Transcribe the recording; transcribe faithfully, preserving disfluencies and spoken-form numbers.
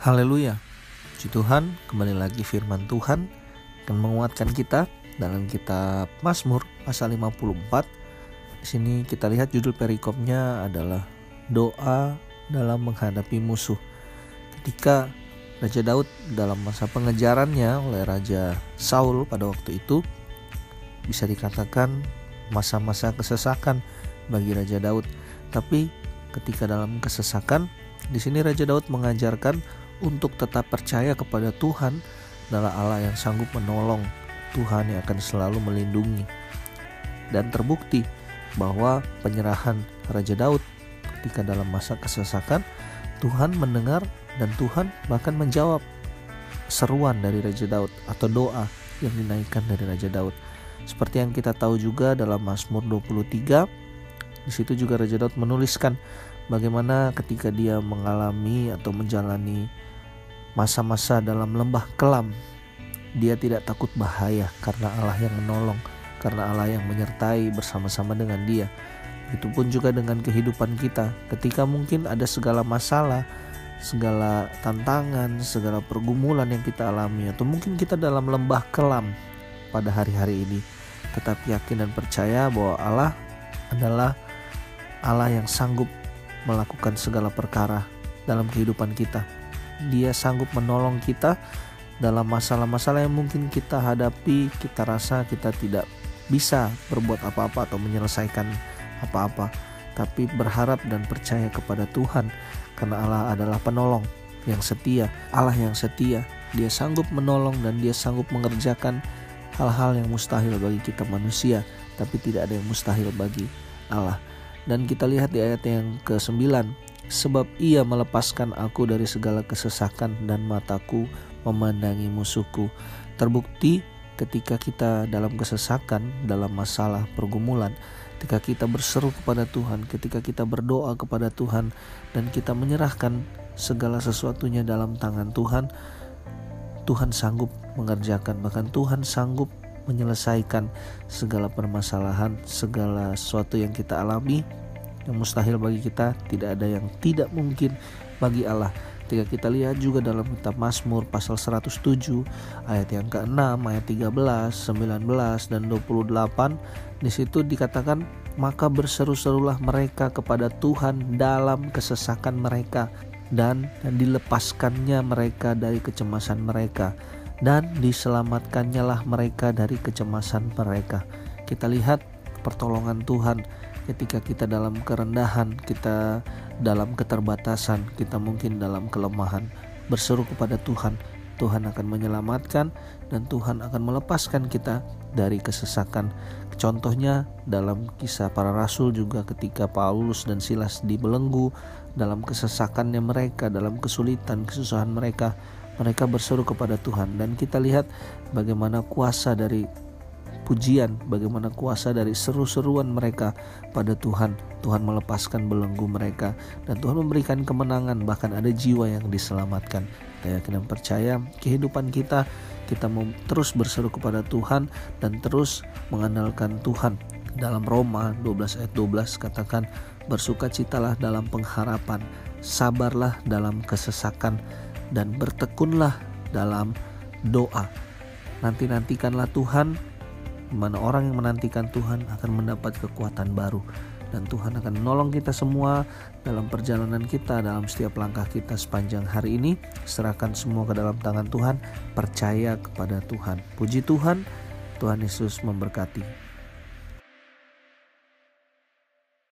Haleluya, puji Tuhan, kembali lagi firman Tuhan akan menguatkan kita dalam kitab Mazmur pasal lima puluh empat. Di sini kita lihat judul perikopnya adalah doa dalam menghadapi musuh. Ketika Raja Daud dalam masa pengejarannya oleh Raja Saul pada waktu itu, bisa dikatakan masa-masa kesesakan bagi Raja Daud. Tapi ketika dalam kesesakan, di sini Raja Daud mengajarkan untuk tetap percaya kepada Tuhan adalah Allah yang sanggup menolong, Tuhan yang akan selalu melindungi. Dan terbukti bahwa penyerahan Raja Daud ketika dalam masa kesesakan, Tuhan mendengar dan Tuhan bahkan menjawab seruan dari Raja Daud atau doa yang dinaikkan dari Raja Daud. Seperti yang kita tahu juga dalam Mazmur dua puluh tiga, di situ juga Raja Daud menuliskan bagaimana ketika dia mengalami atau menjalani masa-masa dalam lembah kelam, dia tidak takut bahaya karena Allah yang menolong, karena Allah yang menyertai bersama-sama dengan dia. Begitupun juga dengan kehidupan kita, ketika mungkin ada segala masalah, segala tantangan, segala pergumulan yang kita alami, atau mungkin kita dalam lembah kelam pada hari-hari ini, tetap yakin dan percaya bahwa Allah adalah Allah yang sanggup melakukan segala perkara dalam kehidupan kita. Dia sanggup menolong kita dalam masalah-masalah yang mungkin kita hadapi, kita rasa kita tidak bisa berbuat apa-apa atau menyelesaikan apa-apa, tapi berharap dan percaya kepada Tuhan, karena Allah adalah penolong yang setia, Allah yang setia. Dia sanggup menolong dan dia sanggup mengerjakan hal-hal yang mustahil bagi kita manusia, tapi tidak ada yang mustahil bagi Allah. Dan kita lihat di ayat yang kesembilan, sebab ia melepaskan aku dari segala kesesakan dan mataku memandangi musuhku. Terbukti ketika kita dalam kesesakan, dalam masalah pergumulan, ketika kita berseru kepada Tuhan, ketika kita berdoa kepada Tuhan, dan kita menyerahkan segala sesuatunya dalam tangan Tuhan, Tuhan sanggup mengerjakan, bahkan Tuhan sanggup menyelesaikan segala permasalahan, segala sesuatu yang kita alami. Yang mustahil bagi kita, tidak ada yang tidak mungkin bagi Allah. Ketika kita lihat juga dalam kitab Mazmur pasal seratus tujuh ayat yang keenam, ayat tiga belas, sembilan belas dan dua puluh delapan, di situ dikatakan, maka berseru-serulah mereka kepada Tuhan dalam kesesakan mereka, dan dilepaskannya mereka dari kecemasan mereka, dan diselamatkannya lah mereka dari kecemasan mereka. Kita lihat pertolongan Tuhan ketika kita dalam kerendahan, kita dalam keterbatasan, kita mungkin dalam kelemahan, berseru kepada Tuhan, Tuhan akan menyelamatkan dan Tuhan akan melepaskan kita dari kesesakan. Contohnya dalam kisah para rasul juga, ketika Paulus dan Silas dibelenggu dalam kesesakannya mereka, dalam kesulitan, kesusahan mereka, mereka berseru kepada Tuhan. Dan kita lihat bagaimana kuasa dari pujian, bagaimana kuasa dari seru-seruan mereka pada Tuhan. Tuhan melepaskan belenggu mereka dan Tuhan memberikan kemenangan, bahkan ada jiwa yang diselamatkan. Saya yakin dan percaya kehidupan kita, kita mau terus berseru kepada Tuhan dan terus mengandalkan Tuhan. Dalam Roma dua belas ayat dua belas katakan, bersukacitalah dalam pengharapan, sabarlah dalam kesesakan, dan bertekunlah dalam doa. Nanti-nantikanlah Tuhan, di mana orang yang menantikan Tuhan akan mendapat kekuatan baru. Dan Tuhan akan menolong kita semua dalam perjalanan kita, dalam setiap langkah kita sepanjang hari ini. Serahkan semua ke dalam tangan Tuhan, percaya kepada Tuhan. Puji Tuhan, Tuhan Yesus memberkati.